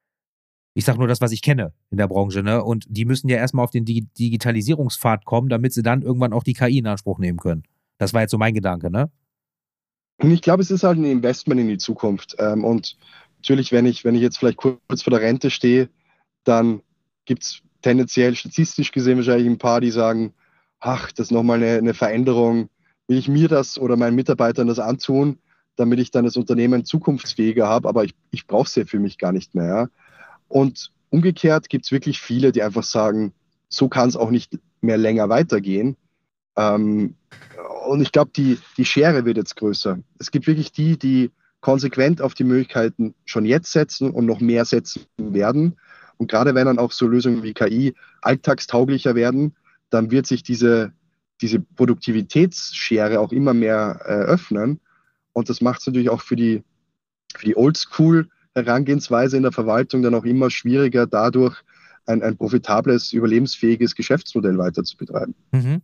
Ich sag nur das, was ich kenne in der Branche, ne? Und die müssen ja erstmal auf den Dig- Digitalisierungspfad kommen, damit sie dann irgendwann auch die K I in Anspruch nehmen können. Das war jetzt so mein Gedanke, ne? Und ich glaube, es ist halt ein Investment in die Zukunft. Ähm, und natürlich, wenn ich, wenn ich jetzt vielleicht kurz vor der Rente stehe, dann gibt es tendenziell statistisch gesehen wahrscheinlich ein paar, die sagen, ach, das ist nochmal eine, eine Veränderung. Will ich mir das oder meinen Mitarbeitern das antun, damit ich dann das Unternehmen zukunftsfähiger habe, aber ich, ich brauche es ja für mich gar nicht mehr. Ja? Und umgekehrt gibt es wirklich viele, die einfach sagen, so kann es auch nicht mehr länger weitergehen. Ähm, und ich glaube, die, die Schere wird jetzt größer. Es gibt wirklich die, die konsequent auf die Möglichkeiten schon jetzt setzen und noch mehr setzen werden. Und gerade wenn dann auch so Lösungen wie K I alltagstauglicher werden, dann wird sich diese, diese Produktivitätsschere auch immer mehr äh, öffnen. Und das macht es natürlich auch für die, für die Oldschool-Herangehensweise in der Verwaltung dann auch immer schwieriger, dadurch ein, ein profitables, überlebensfähiges Geschäftsmodell weiter zu betreiben. Mhm.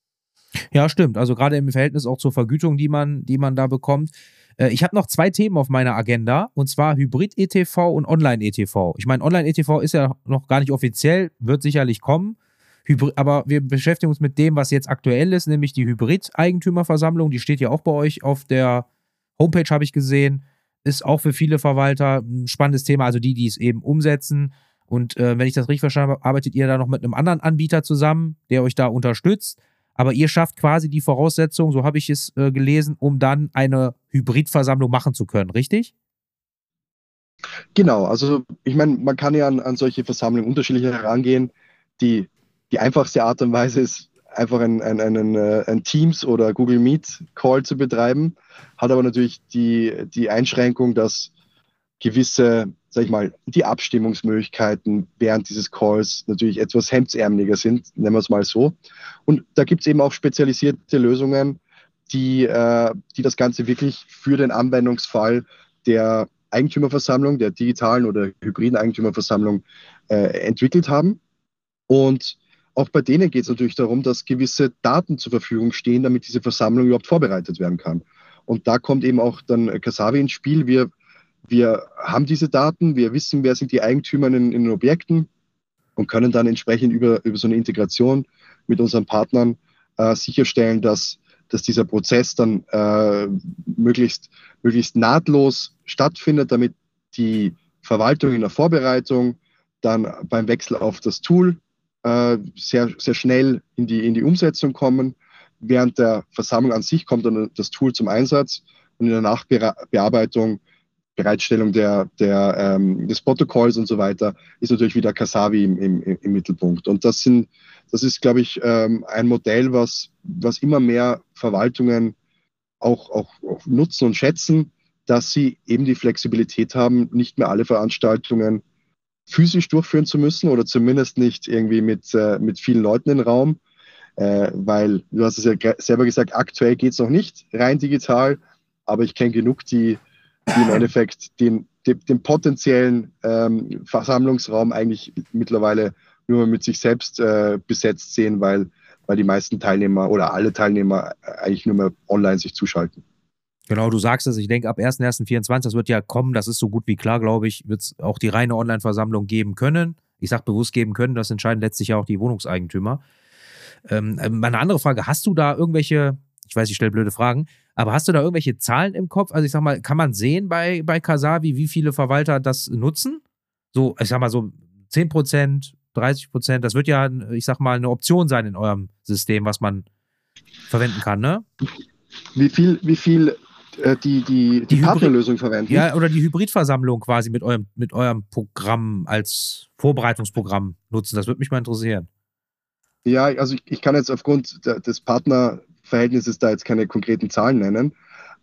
Ja, stimmt. Also gerade im Verhältnis auch zur Vergütung, die man, die man da bekommt. Äh, ich habe noch zwei Themen auf meiner Agenda, und zwar Hybrid-E T V und Online-E T V. Ich meine, Online-E T V ist ja noch gar nicht offiziell, wird sicherlich kommen. Hybrid, aber wir beschäftigen uns mit dem, was jetzt aktuell ist, nämlich die Hybrid-Eigentümerversammlung. Die steht ja auch bei euch auf der Homepage, habe ich gesehen. Ist auch für viele Verwalter ein spannendes Thema, also die, die es eben umsetzen. Und äh, wenn ich das richtig verstanden habe, arbeitet ihr da noch mit einem anderen Anbieter zusammen, der euch da unterstützt. aber ihr schafft quasi die Voraussetzungen, so habe ich es äh, gelesen, um dann eine Hybridversammlung machen zu können, richtig? Genau, also ich meine, man kann ja an, an solche Versammlungen unterschiedlich herangehen. Die, die einfachste Art und Weise ist, einfach ein, ein, einen, ein Teams- oder Google Meet-Call zu betreiben, hat aber natürlich die, die Einschränkung, dass gewisse, sag ich mal, die Abstimmungsmöglichkeiten während dieses Calls natürlich etwas hemdsärmeliger sind, nennen wir es mal so. Und da gibt es eben auch spezialisierte Lösungen, die, äh, die das Ganze wirklich für den Anwendungsfall der Eigentümerversammlung, der digitalen oder hybriden Eigentümerversammlung äh, entwickelt haben. Und auch bei denen geht es natürlich darum, dass gewisse Daten zur Verfügung stehen, damit diese Versammlung überhaupt vorbereitet werden kann. Und da kommt eben auch dann Casavi ins Spiel. Wir, wir haben diese Daten, wir wissen, wer sind die Eigentümer in, in den Objekten und können dann entsprechend über, über so eine Integration mit unseren Partnern äh, sicherstellen, dass, dass dieser Prozess dann äh, möglichst, möglichst nahtlos stattfindet, damit die Verwaltung in der Vorbereitung dann beim Wechsel auf das Tool äh, sehr, sehr schnell in die, in die Umsetzung kommen. Während der Versammlung an sich kommt dann das Tool zum Einsatz und in der Nachbearbeitung, Bereitstellung der, der, ähm, des Protokolls und so weiter, ist natürlich wieder Casavi im, im, im Mittelpunkt. Und das, sind, das ist, glaube ich, ähm, ein Modell, was, was immer mehr Verwaltungen auch, auch, auch nutzen und schätzen, dass sie eben die Flexibilität haben, nicht mehr alle Veranstaltungen physisch durchführen zu müssen oder zumindest nicht irgendwie mit, äh, mit vielen Leuten im Raum, äh, weil, du hast es ja selber gesagt, aktuell geht es noch nicht rein digital, aber ich kenne genug, die, die im Endeffekt den, den, den potenziellen ähm, Versammlungsraum eigentlich mittlerweile nur mit sich selbst äh, besetzt sehen, weil, weil die meisten Teilnehmer oder alle Teilnehmer eigentlich nur mehr online sich zuschalten. Genau, du sagst es, ich denke ab erster erster vierundzwanzig, das wird ja kommen, das ist so gut wie klar, glaube ich, wird es auch die reine Online-Versammlung geben können. Ich sage bewusst geben können, das entscheiden letztlich ja auch die Wohnungseigentümer. Ähm, eine andere Frage, hast du da irgendwelche, ich weiß, ich stelle blöde Fragen, aber hast du da irgendwelche Zahlen im Kopf? Also ich sag mal, kann man sehen bei, bei Casavi, wie viele Verwalter das nutzen? So, ich sag mal so zehn Prozent, dreißig Prozent, das wird ja, ich sag mal, eine Option sein in eurem System, was man verwenden kann, ne? Wie viel, wie viel äh, die, die, die, Die Partnerlösung verwenden? Ja, oder die Hybridversammlung quasi mit eurem, mit eurem Programm als Vorbereitungsprogramm nutzen. Das würde mich mal interessieren. Ja, also ich, ich kann jetzt aufgrund der, des Partnerverhältnisses da jetzt keine konkreten Zahlen nennen,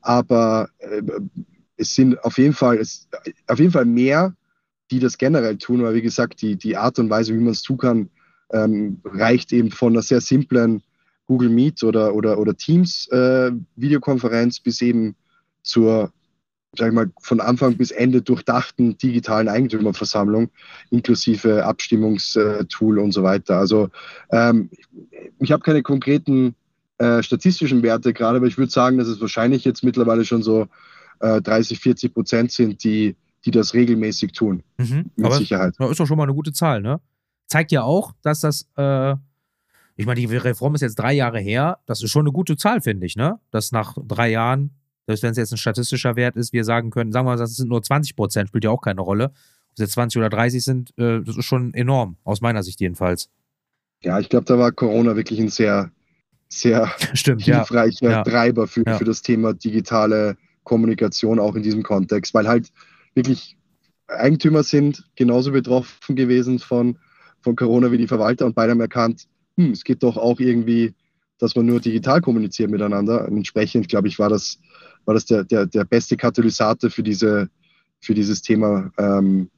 aber äh, es sind auf jeden Fall, es, auf jeden Fall mehr, die das generell tun, weil wie gesagt, die, die Art und Weise, wie man es tun kann, ähm, reicht eben von einer sehr simplen Google Meet oder, oder, oder Teams äh, Videokonferenz bis eben zur, sag ich mal, von Anfang bis Ende durchdachten digitalen Eigentümerversammlung inklusive Abstimmungstool und so weiter. Also ähm, ich habe keine konkreten äh, statistischen Werte gerade, aber ich würde sagen, dass es wahrscheinlich jetzt mittlerweile schon so äh, dreißig, vierzig Prozent sind, die, die das regelmäßig tun. Mhm. Mit aber Sicherheit. Das ist doch schon mal eine gute Zahl, ne? Zeigt ja auch, dass das, äh, ich meine, die Reform ist jetzt drei Jahre her, das ist schon eine gute Zahl, finde ich, ne? Dass nach drei Jahren, selbst wenn es jetzt ein statistischer Wert ist, wir sagen können, sagen wir mal, das sind nur zwanzig Prozent, spielt ja auch keine Rolle. Ob es jetzt zwanzig oder dreißig sind, äh, das ist schon enorm, aus meiner Sicht jedenfalls. Ja, ich glaube, da war Corona wirklich ein sehr, sehr Stimmt, hilfreicher ja. Treiber für, Ja. für das Thema digitale Kommunikation auch in diesem Kontext, weil halt wirklich Eigentümer sind genauso betroffen gewesen von, von Corona wie die Verwalter und beide haben erkannt, hm, es geht doch auch irgendwie, dass man nur digital kommuniziert miteinander. Und entsprechend, glaube ich, war das, war das der, der, der beste Katalysator für, diese, für dieses Thema, ähm,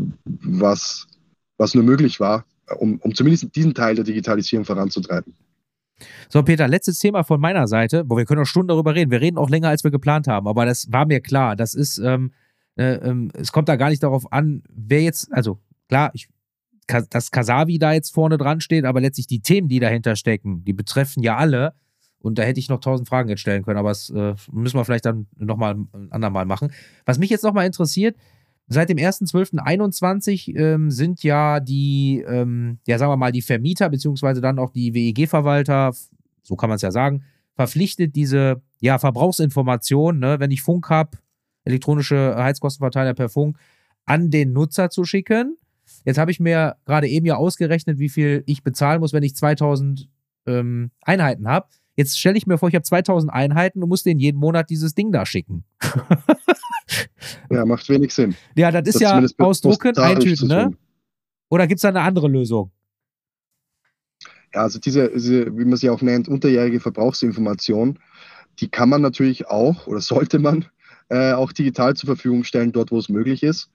was, was nur möglich war, um, um zumindest diesen Teil der Digitalisierung voranzutreiben. So, Peter, letztes Thema von meiner Seite. Boah, wir können auch Stunden darüber reden. Wir reden auch länger, als wir geplant haben, aber das war mir klar. Das ist, ähm, äh, ähm, es kommt da gar nicht darauf an, wer jetzt, also klar, ich, dass Casavi da jetzt vorne dran steht, aber letztlich die Themen, die dahinter stecken, die betreffen ja alle. Und da hätte ich noch tausend Fragen jetzt stellen können, aber das äh, müssen wir vielleicht dann nochmal ein andermal machen. Was mich jetzt nochmal interessiert, seit dem erster zwölfter einundzwanzig ähm, sind ja die, ähm, ja sagen wir mal, die Vermieter beziehungsweise dann auch die W E G-Verwalter, so kann man es ja sagen, verpflichtet, diese ja, Verbrauchsinformationen, ne, wenn ich Funk habe, elektronische Heizkostenverteiler per Funk, an den Nutzer zu schicken. Jetzt habe ich mir gerade eben ja ausgerechnet, wie viel ich bezahlen muss, wenn ich zweitausend ähm, Einheiten habe. Jetzt stelle ich mir vor, ich habe zweitausend Einheiten und muss denen jeden Monat dieses Ding da schicken. Ja, macht wenig Sinn. Ja, das ist Das ja zumindest ausdrucken, postalisch eintüten, zu ne? tun. Oder gibt es da eine andere Lösung? Ja, also diese, diese, wie man sie auch nennt, unterjährige Verbrauchsinformation, die kann man natürlich auch oder sollte man äh, auch digital zur Verfügung stellen, dort wo es möglich ist.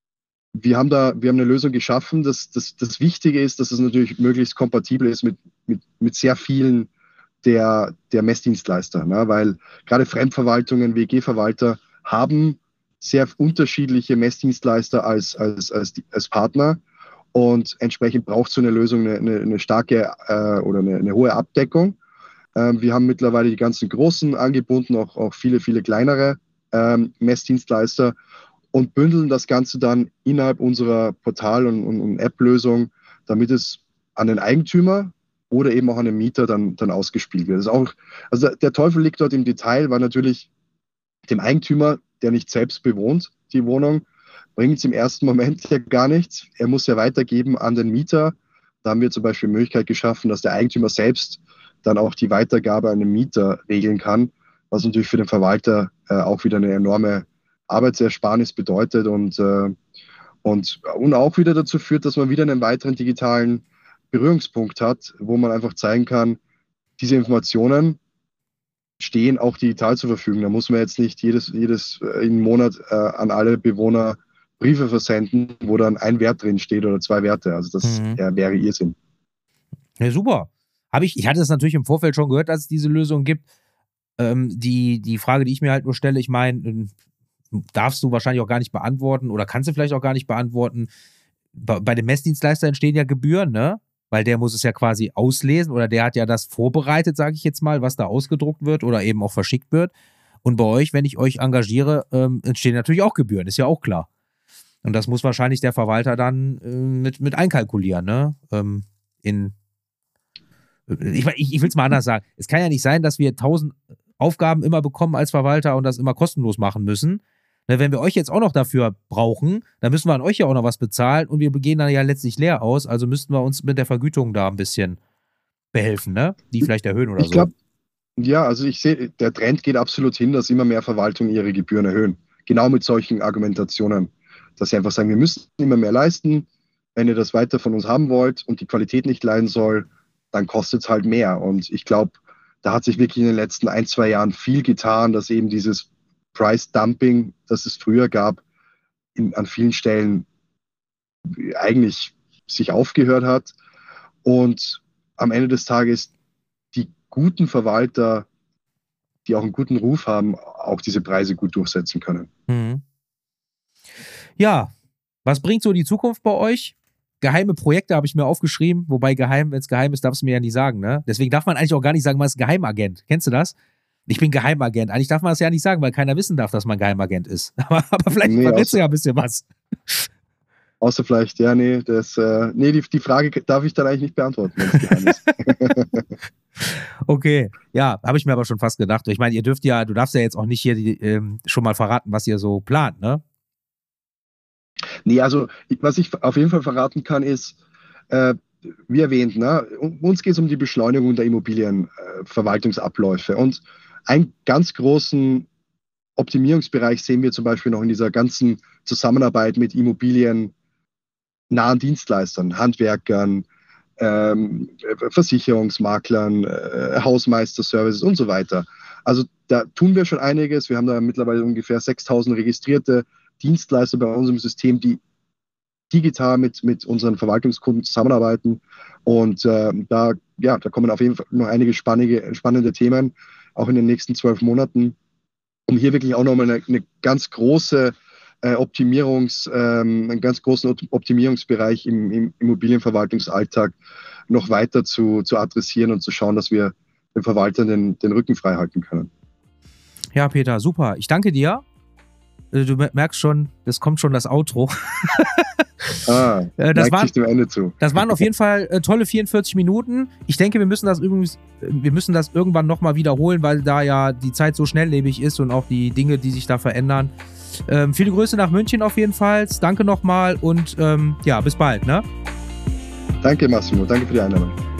Wir haben da, wir haben eine Lösung geschaffen. Das, das, das Wichtige ist, dass es natürlich möglichst kompatibel ist mit, mit, mit sehr vielen der, der Messdienstleister, ne? Weil gerade Fremdverwaltungen, W G-Verwalter haben sehr unterschiedliche Messdienstleister als, als, als, als Partner und entsprechend braucht so eine Lösung eine, eine, eine starke äh, oder eine, eine hohe Abdeckung. Ähm, wir haben mittlerweile die ganzen großen angebunden, auch, auch viele, viele kleinere ähm, Messdienstleister und bündeln das Ganze dann innerhalb unserer Portal- und, und, und App-Lösung, damit es an den Eigentümer oder eben auch an den Mieter dann, dann ausgespielt wird. Das ist auch, also der Teufel liegt dort im Detail, weil natürlich dem Eigentümer, der nicht selbst bewohnt, die Wohnung, bringt es im ersten Moment ja gar nichts. Er muss ja weitergeben an den Mieter. Da haben wir zum Beispiel die Möglichkeit geschaffen, dass der Eigentümer selbst dann auch die Weitergabe an den Mieter regeln kann, was natürlich für den Verwalter äh, auch wieder eine enorme Arbeitsersparnis bedeutet und, äh, und, und auch wieder dazu führt, dass man wieder einen weiteren digitalen Berührungspunkt hat, wo man einfach zeigen kann, diese Informationen stehen auch digital zur Verfügung. Da muss man jetzt nicht jedes, jedes äh, im Monat äh, an alle Bewohner Briefe versenden, wo dann ein Wert drin steht oder zwei Werte. Also das Mhm. äh, wäre Irrsinn. Ja, super. Hab ich, ich hatte es natürlich im Vorfeld schon gehört, dass es diese Lösung gibt. Ähm, die, die Frage, die ich mir halt nur stelle, ich meine, darfst du wahrscheinlich auch gar nicht beantworten oder kannst du vielleicht auch gar nicht beantworten. Bei, bei dem Messdienstleister entstehen ja Gebühren, ne? Weil der muss es ja quasi auslesen oder der hat ja das vorbereitet, sage ich jetzt mal, was da ausgedruckt wird oder eben auch verschickt wird. Und bei euch, wenn ich euch engagiere, ähm, entstehen natürlich auch Gebühren, ist ja auch klar. Und das muss wahrscheinlich der Verwalter dann äh, mit, mit einkalkulieren, ne? Ähm, in, ich ich, ich will es mal anders sagen. Es kann ja nicht sein, dass wir tausend Aufgaben immer bekommen als Verwalter und das immer kostenlos machen müssen. Ne, wenn wir euch jetzt auch noch dafür brauchen, dann müssen wir an euch ja auch noch was bezahlen und wir gehen dann ja letztlich leer aus. Also müssten wir uns mit der Vergütung da ein bisschen behelfen, ne? Die vielleicht erhöhen oder Ich so. glaube, ja, also ich sehe, der Trend geht absolut hin, dass immer mehr Verwaltungen ihre Gebühren erhöhen. Genau mit solchen Argumentationen. Dass sie einfach sagen, wir müssen immer mehr leisten. Wenn ihr das weiter von uns haben wollt und die Qualität nicht leiden soll, dann kostet es halt mehr. Und ich glaube, da hat sich wirklich in den letzten ein, zwei Jahren viel getan, dass eben dieses Price Dumping, das es früher gab, in, an vielen Stellen eigentlich sich aufgehört hat. Und am Ende des Tages die guten Verwalter, die auch einen guten Ruf haben, auch diese Preise gut durchsetzen können. Mhm. Ja, was bringt so die Zukunft bei euch? Geheime Projekte habe ich mir aufgeschrieben, wobei geheim, wenn es geheim ist, darfst du mir ja nicht sagen, ne? Deswegen darf man eigentlich auch gar nicht sagen, man ist Geheimagent. Kennst du das? Ich bin Geheimagent. Eigentlich darf man das ja nicht sagen, weil keiner wissen darf, dass man Geheimagent ist. Aber, aber vielleicht Nee, verrätst du außer- ja ein bisschen was. Außer vielleicht, ja, nee, das, äh, nee die, die Frage darf ich dann eigentlich nicht beantworten, wenn es geheim ist. Okay, ja, habe ich mir aber schon fast gedacht. Ich meine, ihr dürft ja, du darfst ja jetzt auch nicht hier die, ähm, schon mal verraten, was ihr so plant, ne? Nee, also was ich auf jeden Fall verraten kann, ist, äh, wie erwähnt, ne, uns geht es um die Beschleunigung der Immobilienverwaltungsabläufe. Und einen ganz großen Optimierungsbereich sehen wir zum Beispiel noch in dieser ganzen Zusammenarbeit mit immobiliennahen Dienstleistern, Handwerkern, ähm, Versicherungsmaklern, äh, Hausmeisterservices und so weiter. Also da tun wir schon einiges. Wir haben da mittlerweile ungefähr sechstausend registrierte Dienstleister bei uns im System, die digital mit, mit unseren Verwaltungskunden zusammenarbeiten. Und äh, da, ja, da kommen auf jeden Fall noch einige spannende, spannende Themen, auch in den nächsten zwölf Monaten, um hier wirklich auch nochmal eine, eine ganz große äh, Optimierungs, ähm, einen ganz großen Optimierungsbereich im, im Immobilienverwaltungsalltag noch weiter zu, zu adressieren und zu schauen, dass wir den Verwaltern den, den Rücken frei halten können. Ja, Peter, super. Ich danke dir. Du merkst schon, das kommt schon das Outro. Ah, Äh, das neigt war- sich dem Ende zu. Das waren auf jeden Fall äh, tolle vierundvierzig Minuten. Ich denke, wir müssen das übrigens, äh, wir müssen das irgendwann nochmal wiederholen, weil da ja die Zeit so schnelllebig ist und auch die Dinge, die sich da verändern. Ähm, viele Grüße nach München auf jeden Fall. Danke nochmal und ähm, ja, bis bald, ne? Danke, Massimo. Danke für die Einladung.